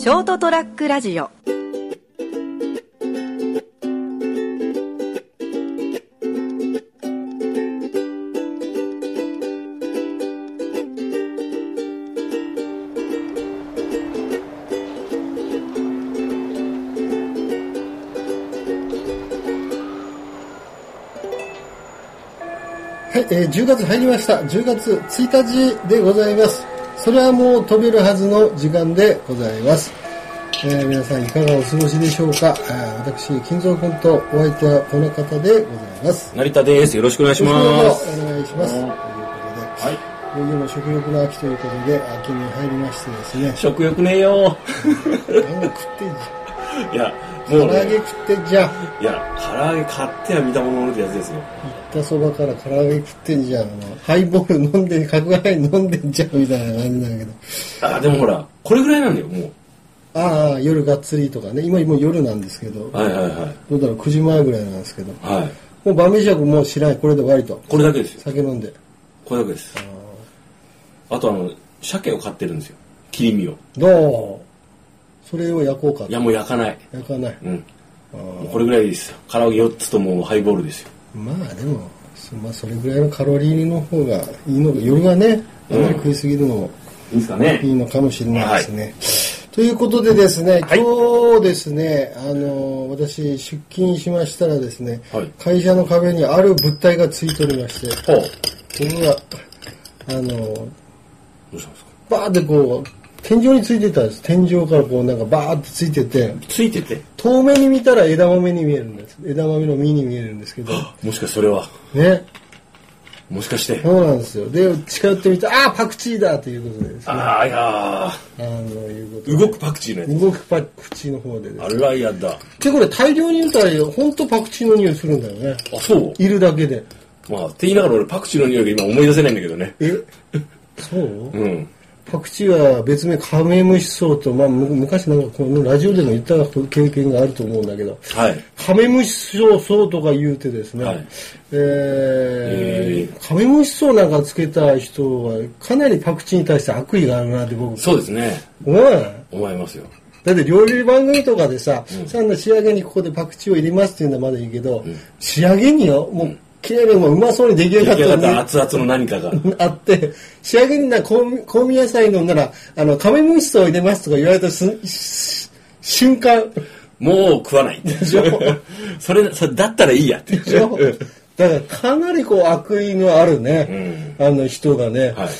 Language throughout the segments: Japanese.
ショートトラックラジオ。 はい、10月入りました。10月1日でございます。それはもう飛べるはずの時間でございます。皆さんいかがお過ごしでしょうか。私、金蔵君とお相手はこの方でございます。 成田です。よろしくお願いします。 お願いします。ということで、はい。今も食欲の秋ということで、秋に入りましてですね。 食欲ねえよ。 食ってんじゃん。 いや、もう、ね、 唐揚げ食ってんじゃん。 いや、唐揚げ買っては見たものってやつですよ。 行ったそばから唐揚げ食ってんじゃん。ハイボール飲んで、角ハイ飲んでんじゃんみたいな感じだけど。 でもほら、これぐらいなんだよ、もう。 夜がっつりとかね。今もう夜なんですけど。 はいはいはい。 どうだろう、9時前ぐらいなんですけど。 はい。 もう晩飯はもう知らない。これで終わりと。 これだけですよ。 酒飲んで。 これだけです。あと鮭を買ってるんですよ。切り身を。 どう？それを焼こうか。 いや、もう焼かない。 焼かない。 うん。もうこれぐらいですよ。唐揚げ4つともうハイボールですよ。 まあでも、それぐらいのカロリーの方がいいのか。夜はね、あまり食いすぎるのもいいですかね。 いいのかもしれないですね。はい、ということでですね、今日ですね、私出勤しましたらですね、はい、会社の壁にある物体がついておりまして、僕が、 どうしたんですか？ バーってこう、天井についてたんです。天井からこうなんかバーってついてて。 ついてて遠目に見たら枝豆に見えるんです。枝豆の実に見えるんですけど。 もしかしてそれは。 ね。 もしかして。 そうなんですよ。で、近寄ってみたら、パクチーだということでですね。いうことで。 動くパクチーのやつ。 動くパクチーの方でですね。 あらやだ。 で、これ大量に言うたら、ほんとパクチーの匂いするんだよね。 あ、そう？ いるだけで。 まあ、って言いながら俺パクチーの匂いが今思い出せないんだけどね。 そう？ うん。 パクチーは別名カメムシソウと、昔なんかこのラジオでも言った経験があると思うんだけど、 はい、 カメムシソウとか言うてですね、はい、カメムシソウなんかつけた人はかなりパクチーに対して悪意があるなって僕。 そうですね。思いますよ。 だって料理番組とかでさ、仕上げにここでパクチーを入れますっていうのはまだいいけど、仕上げによ、もう、きれいにもうまそうに出来上がった熱々の何かがあって、仕上げに香味野菜飲んだらカメムシソウ入れますとか言われた瞬間もう食わないでしょそれだったらいいやってでしょだからかなりこう悪意のあるね、人がね、はい、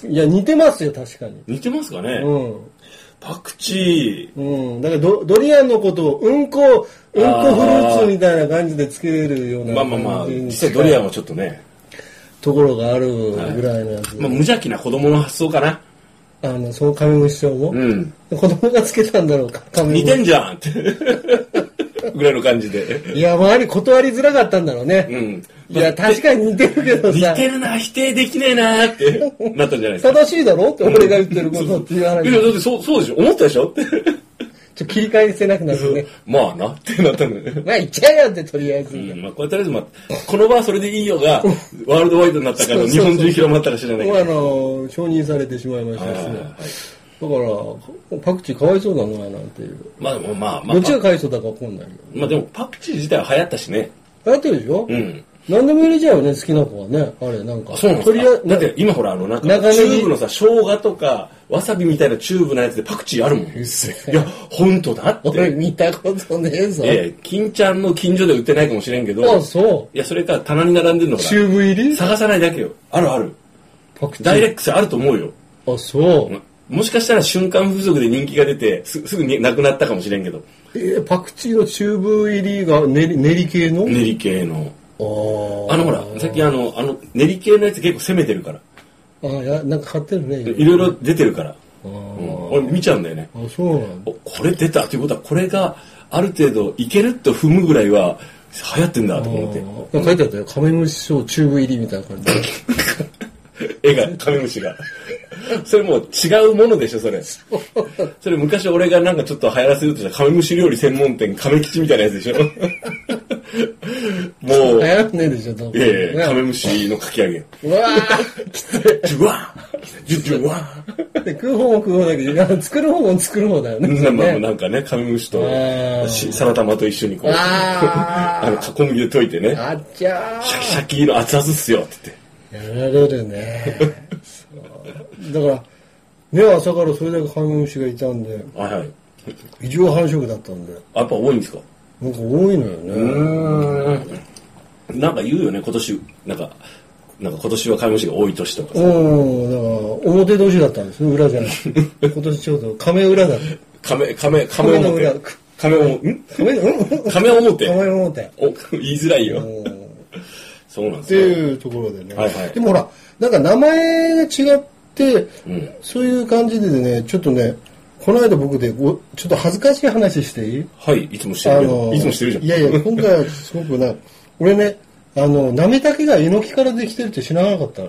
いや似てますよ確かに。 似てますかね。パクチー。だからドリアンのことをうんこフルーツみたいな感じでつけれるような。 実際ドリアンはちょっとね。 ところがあるぐらいのやつ。 無邪気な子供の発想かな。 そのカメムシソウも。子供がつけたんだろうか。 似てんじゃんってぐらいの感じで。 いや、周り断りづらかったんだろうね。いや、確かに似てるけどさ。 似てるな、否定できねえなってなったんじゃないですか。 正しいだろって俺が言ってることっていう話。 いや、だってそうでしょ。思ったでしょって。 切り替えせなくなるね。 まあなってなったのね。 まあ言っちゃえよってとりあえず。 これとりあえずこの場はそれでいいよがワールドワイドになったから日本中広まったら知らないけど。承認されてしまいましたしね。だからパクチーかわいそうなのやなんていう。 まあどっちがかわいそうだかわかんないけど。 でもパクチー自体は流行ったしね。 流行ってるでしょ。何でも入れちゃうよね、好きな子はね。あれ、なんか。 そうなんですか。だって今ほらなんか、チューブのさ、生姜とか、わさびみたいなチューブのやつでパクチーあるもん。いや、ほんとだって。 俺見たことねえぞ。 金ちゃんの近所で売ってないかもしれんけど。 あ、そう。 いや、それから棚に並んでるのが。 チューブ入り？ 探さないだけよ。ある。 パクチー。 ダイレックスあると思うよ。 あ、そう。 もしかしたら瞬間風速で人気が出て、すぐになくなったかもしれんけど。 パクチーのチューブ入りが練り系の？ 練り系の。ほら、さっき練り系のやつ結構攻めてるから。 なんか買ってるね。 いろいろ出てるから。俺見ちゃうんだよね。 そうなんだ。 これ出たっていうことは、これがある程度いけると踏むぐらいは流行ってんだと思って。 書いてあったよ。カメムシソウチューブ入りみたいな感じで。 絵が、カメムシが。それもう違うものでしょ、それ。それ昔俺がなんかちょっと流行らせるとしたらカメムシ料理専門店、カメ吉みたいなやつでしょ。もう。 流行らねえでしょ、多分。 カメムシのかき揚げ。 うわぁ、きつい。 うわジュジュワで、食う方も食う方だけど、作る方も作る方だよね。 なんかね、カメムシとサラ玉と一緒にこう、小麦で溶いてね、 あっちゃー。 シャキシャキの熱々っすよってやられるね。だから、ね、朝からそれだけカメムシがいたんで、 はいはい。 異常繁殖だったんで。 やっぱ多いんですか？ なんか多いのよね。 なんか言うよね、今年、なんか今年はカメムシが多い年とかさ。 だから、表年だったんですよ、裏じゃない。今年ちょうど、亀裏だった。 亀の裏。 亀表。亀表。言いづらいよ。そうなんですよ。 っていうところでね。 はいはい。 でもほら、なんか名前が違って、そういう感じでね、ちょっとね、この間僕でちょっと恥ずかしい話していい？ はい、いつもしてるけど。いつもしてるじゃん。 いやいや、今回はすごく俺ね、なめたけがえのきからできてるって知らなかった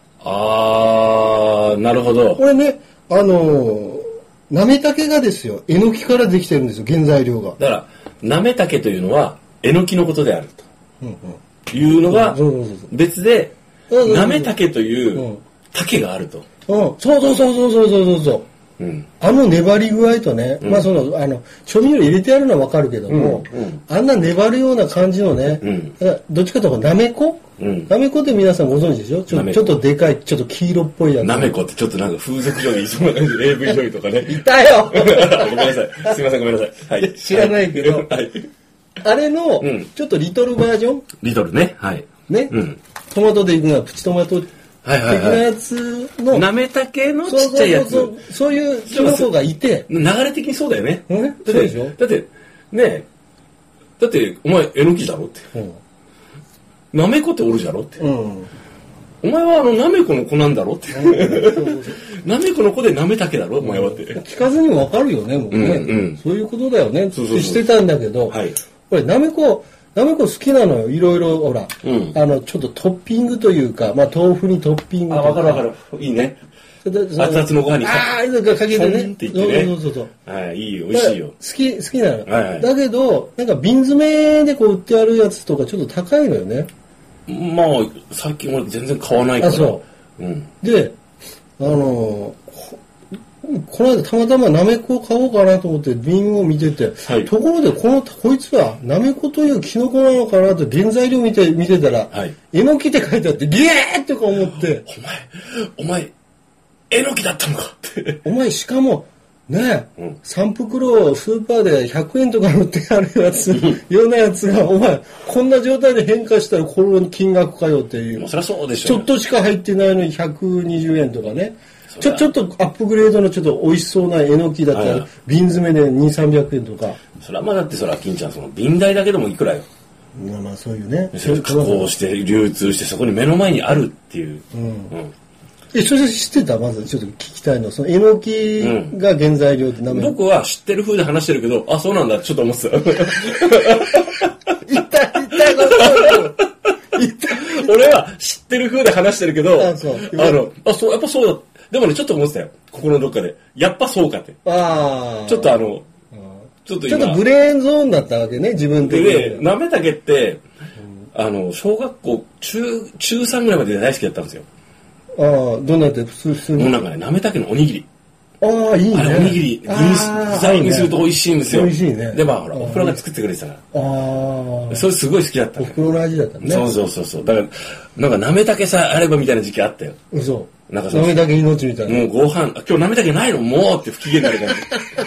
の。 なるほど。 これね、なめたけがですよ、えのきからできてるんですよ、原材料が。 だから、なめたけというのは、えのきのことであると。いうのが、別で、なめたけという竹があると。 そう。粘り具合とね、まあ調味料入れてあるのはわかるけども、あんな粘るような感じのね、どっちかというとなめこなめこって皆さんご存知でしょ？ちょっとでかい、ちょっと黄色っぽいやつ。 なめこってちょっとなんか風俗嬢でいそうな感じで AV 女優とかね。 いたよごめんなさい。すいません、ごめんなさい。はい。 知らないけど、あれの、ちょっとリトルバージョン？ リトルね。はい。 ね。トマトでいくのはプチトマト的なやつの。 なめたけのちっちゃいやつ。 そういうキノコがいて。 流れ的にそうだよね。 そうでしょ？ だって、ねだって、お前、えのきだろって。なめこっておるじゃろって。お前はなめこの子なんだろって。なめこの子でなめたけだろお前はって。 聞かずにもわかるよね、もうね。そういうことだよねってしてたんだけど、これなめこ好きなのよ。いろいろ、ほら、ちょっとトッピングというか、まあ豆腐にトッピングとか。 わかる。いいね。熱々のご飯にかけてね。 って言ってね。 そう。 はい、いいよ、美味しいよ。 好きなの。だけど、なんか瓶詰めでこう売ってあるやつとかちょっと高いのよね。 まあ、最近俺全然買わないから。 そう。で、この間たまたまなめこを買おうかなと思って瓶を見てて、ところでこいつはなめこというキノコなのかなと原材料見てたら、えのきって書いてあってリエーってか思って、 お前えのきだったのかってお前しかもね、3袋スーパーで100円とか売ってあるやつ、ようなやつがお前こんな状態で変化したらこの金額かよっていう、 そりゃそうでしょ。 ちょっとしか入ってないのに120円とかね。ちょっとアップグレードのちょっと美味しそうなえのきだったら瓶詰めで200、300円とか。 それはまあだって金ちゃんその瓶代だけでもいくらよ。 まあそういうね。 加工して流通してそこに目の前にあるっていう。 それ知ってた？まずちょっと聞きたいの。そのえのきが原材料って名前。 僕は知ってる風で話してるけど、あ、そうなんだってちょっと思ってた。俺は知ってる風で話してるけど、やっぱそうだ。でもね、ちょっと思ってたよ。心のどっかで。やっぱそうかって。ちょっとちょっとブレーンゾーンだったわけね、自分的に。 で、なめたけって、小学校、中3ぐらいまで大好きだったんですよ。 どんなって普通に。 もうなんかね、なめたけのおにぎり。 いいね。 あれおにぎり、具材にすると美味しいんですよ。 美味しいね。 で、まあほら、おふくろが作ってくれてたから。それすごい好きだった。 おふくろの味だったね。 そう。だから、なんかなめたけさえあればみたいな時期あったよ。 嘘。なんかなめたけ命みたいな。 もうご飯、今日なめたけないのもうって不機嫌になる感じ。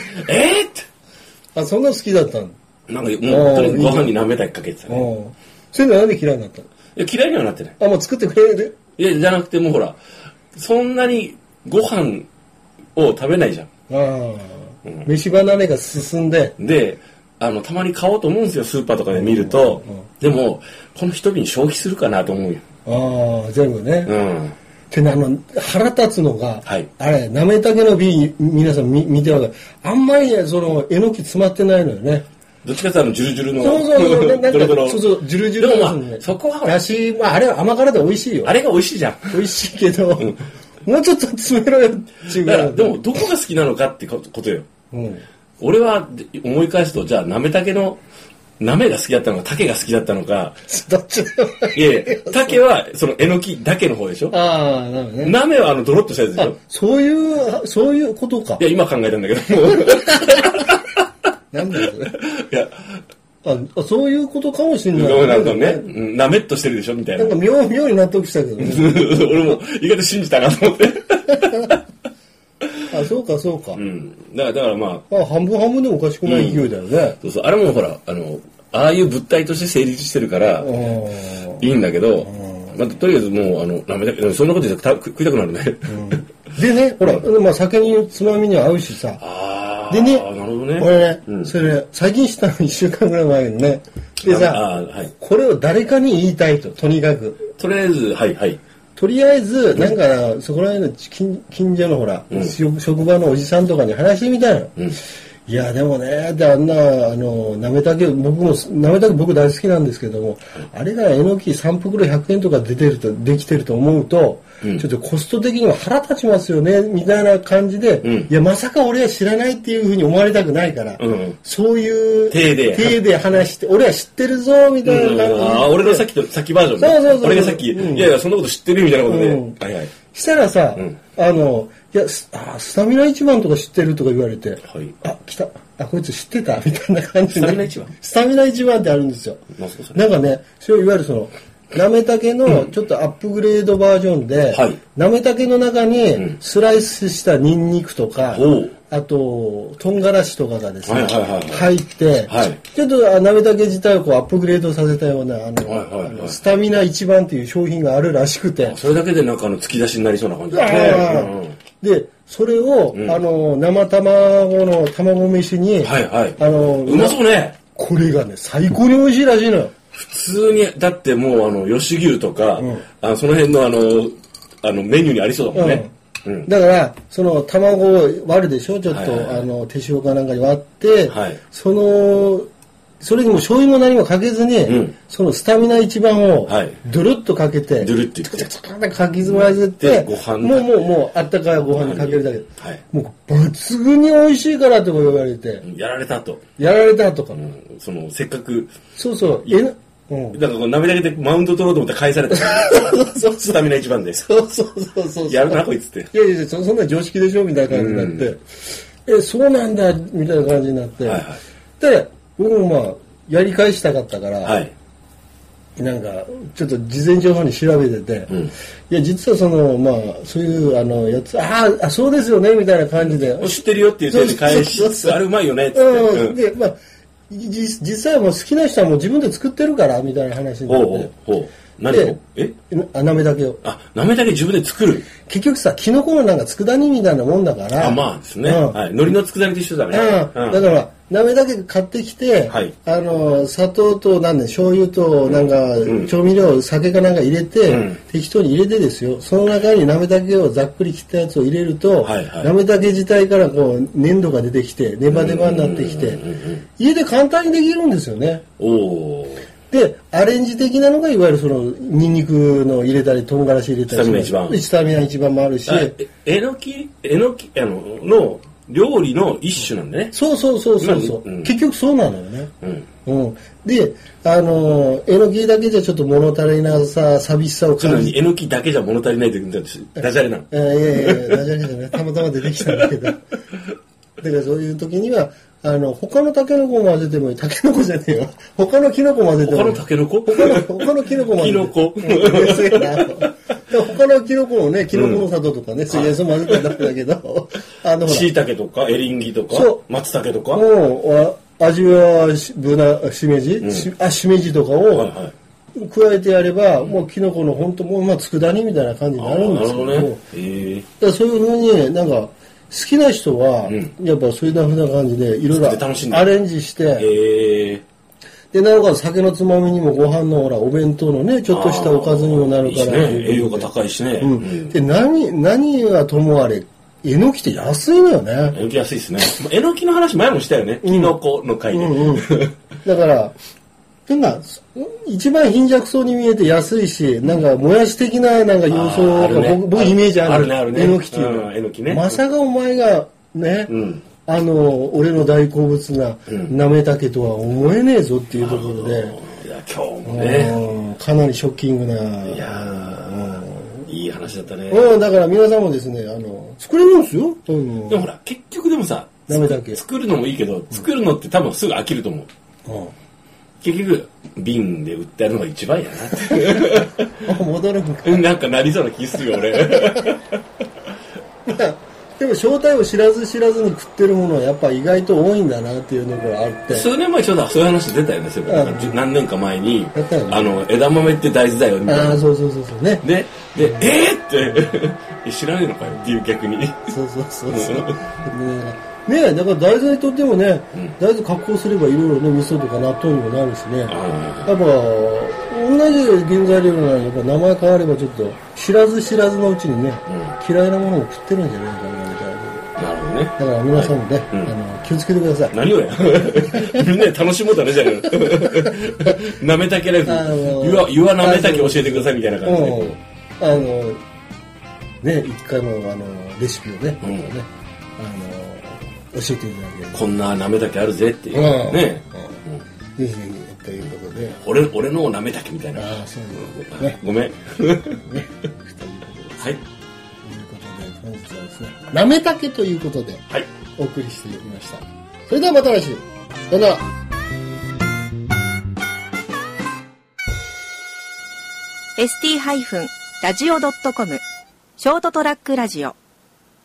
って。 そんな好きだったの？ なんかもう本当にご飯になめたけかけてたね。 そういうのなんで嫌いになったの？ いや、嫌いにはなってない。 もう作ってくれる？ いや、じゃなくてもうほら、そんなにご飯を食べないじゃん。 飯離れが進んで。 で、たまに買おうと思うんですよ、スーパーとかで見ると。でも、この一瓶消費するかなと思うよ。 全部ね。ってね、腹立つのが、あれ、なめたけの瓶、皆さん見てわかる。あんまりえのき詰まってないのよね。 どっちかってジュルジュルの。 そう、ジュルジュル。 でもまあ、そこはだし、まあ、あれは甘辛で美味しいよ。 あれが美味しいじゃん。 美味しいけど、もうちょっと詰めろよっていうだから、でも、どこが好きなのかってことよ。俺は、思い返すと、じゃあ、なめたけのなめが好きだったのか、竹が好きだったのか。 どっちでもいやいや、竹は、その、えのきだけの方でしょ。 ああ、なるほどね。 なめはドロッとしたやつでしょ。 そういうことか。 いや、今考えたんだけども。 なんだよ、それ。 いや、 そういうことかもしれない。 なんかね、なめっとしてるでしょみたいな。 なんか妙に納得したけどね。 俺も意外と信じたなと思って。 そうか、そうか。 だからまあ。 半分半分でもおかしくない勢いだよね。 そうそう。あれもほら、ああいう物体として成立してるから、いいんだけど、まあ、とりあえずもう、なめだけど、そんなこと言ったら食いたくなるね。 でね、ほら、まあ酒につまみには合うしさ。でね、 なるほどね。 これね、それ、最近したの1週間ぐらい前にね。でさ、これを誰かに言いたいと、とにかく。 とりあえず、はい。 とりあえず、なんか、そこら辺の近所のほら、職場のおじさんとかに話してみたいの。いや、でもね、で、あんな、なめたけ、なめたけ僕大好きなんですけども、あれがえのき3袋100円とかできてると思うと、ちょっとコスト的には腹立ちますよね、みたいな感じで、いや、まさか俺は知らないっていうふうに思われたくないから、そういう体で話して、俺は知ってるぞ、みたいな感じで。 俺のさっきバージョンね。そう。俺がさっき、いや、そんなこと知ってるみたいなことで。 したらさ、いや、スタミナ一番とか知ってるとか言われて、来た。こいつ知ってたみたいな感じで。スタミナ一番ってあるんですよ。なんかね、それをいわゆるその、なめたけのちょっとアップグレードバージョンで、なめたけの中にスライスしたニンニクとか、あと、唐辛子とかがですね、入って、ちょっとなめたけ自体をこうアップグレードさせたような、スタミナ一番っていう商品があるらしくて。 それだけでなんか突き出しになりそうな感じだね。で、それを、生卵の卵飯に、 うまそうね。 これがね、最高に美味しいらしいのよ。 普通に、だってもう吉牛とか、その辺のメニューにありそうだもんね。 だから、その卵を割るでしょちょっと、手塩かなんかに割って、それにも醤油も何もかけずに、そのスタミナ一番をドゥルッとかけて、 ドゥルッと言って、 かき詰まらせて、もうあったかいご飯にかけるだけで、もう抜群に美味しいからとか言われて、 やられたとか、 そのせっかく、だからなめだけでマウント取ろうと思って返された。スタミナ一番で。そう。やるなこいつって。 いや、そんな常識でしょみたいな感じになって、そうなんだみたいな感じになって、で、僕もまあ、やり返したかったから、なんか、ちょっと事前情報に調べてて、いや、実はその、まあ、そういうやつ、そうですよね、みたいな感じで。 知ってるよって言って返し、あれうまいよね、って言って。で、まあ、実際はもう好きな人はもう自分で作ってるから、みたいな話になって。 何をなめたけを。 なめたけ自分で作る。 結局さ、キノコのなんか佃煮みたいなもんだから。 まあですね。海苔の佃煮と一緒だね。 だから、なめたけ買ってきて、砂糖と醤油となんか調味料、酒かなんか入れて、適当に入れてですよ。その中になめたけをざっくり切ったやつを入れると、なめたけ自体からこう粘度が出てきて、ネバネバになってきて、家で簡単にできるんですよね。で、アレンジ的なのがいわゆるそのニンニクの入れたり唐辛子入れたりスタミナ一番もあるし、 えのきの料理の一種なんだね。 そう。結局そうなのよね。で、えのきだけじゃちょっと物足りなさ、寂しさを感じて。 えのきだけじゃ物足りないって言うんだダジャレなの。 いや、ダジャレじゃない。たまたま出てきたんだけど。だからそういう時には、他のタケノコを混ぜてもいい。タケノコじゃねえよ。他のキノコ混ぜてもいい。 他のタケノコ他のキノコ混ぜてもいい。キノコ。他のキノコのね、キノコの里とかね、水素混ぜたらダメだけど、 椎茸とか、エリンギとか、松茸とか。 味はしめじとかを加えてやれば、もうキノコの本当もう佃煮みたいな感じになるんですけど、だからそういうふうになんか、好きな人は、やっぱそういうふうな感じでいろいろアレンジして、で、なおかつ酒のつまみにもご飯のお弁当のね、ちょっとしたおかずにもなるから。 栄養が高いしね。 で、何はともあれ、えのきって安いのよね。 えのき安いですね。えのきの話前もしたよね。キノコの回で。 だから、なんか、一番貧弱そうに見えて安いし、なんか、もやし的な、なんか、要素が僕イメージある。 あるね。 えのきっていうの。 えのきね。 まさかお前が、ね、 俺の大好物ななめたけとは思えねえぞっていうところで、 いや今日もね、 かなりショッキングな、 いやいい話だったね。 だから皆さんもですね、作れるんですよ。 でもほら結局でもさ、 なめたけ作るのもいいけど、作るのって多分すぐ飽きると思う。結局瓶で売ってあるのが一番やなって戻るんかなんかなりそうな気するよ俺でも正体を知らず知らずに食ってるものはやっぱ意外と多いんだなっていうのがあって、 数年前ちょうどそういう話出たよね。そういえば何年か前に、 ね、 枝豆って大豆だよみたいな。 そうね。 でって知らねえのかよっていう逆に。 そうねえ、だから大豆にとってもね、大豆加工すればいろいろね、味噌とか納豆にもなるしね。やっぱ同じ原材料なのにやっぱ名前変わればちょっと知らず知らずのうちにね、嫌いなものを食ってるんじゃないかなみたいな。 なるほどね。 だから皆さんもね、気をつけてください。 何をやみんなで楽しもうだねじゃねえなめたけライフ、湯はなめたけ教えてくださいみたいな感じで。 一回もレシピをね、教えていただける。 こんななめたけあるぜっていうね。 ぜひということで。 俺のなめたけみたいな。 そういうね。 ごめん。 はい。ということで本日はですね、なめたけということでお送りしていきました。それではまた来週。さよなら。 ST-radio.com ショートトラックラジオ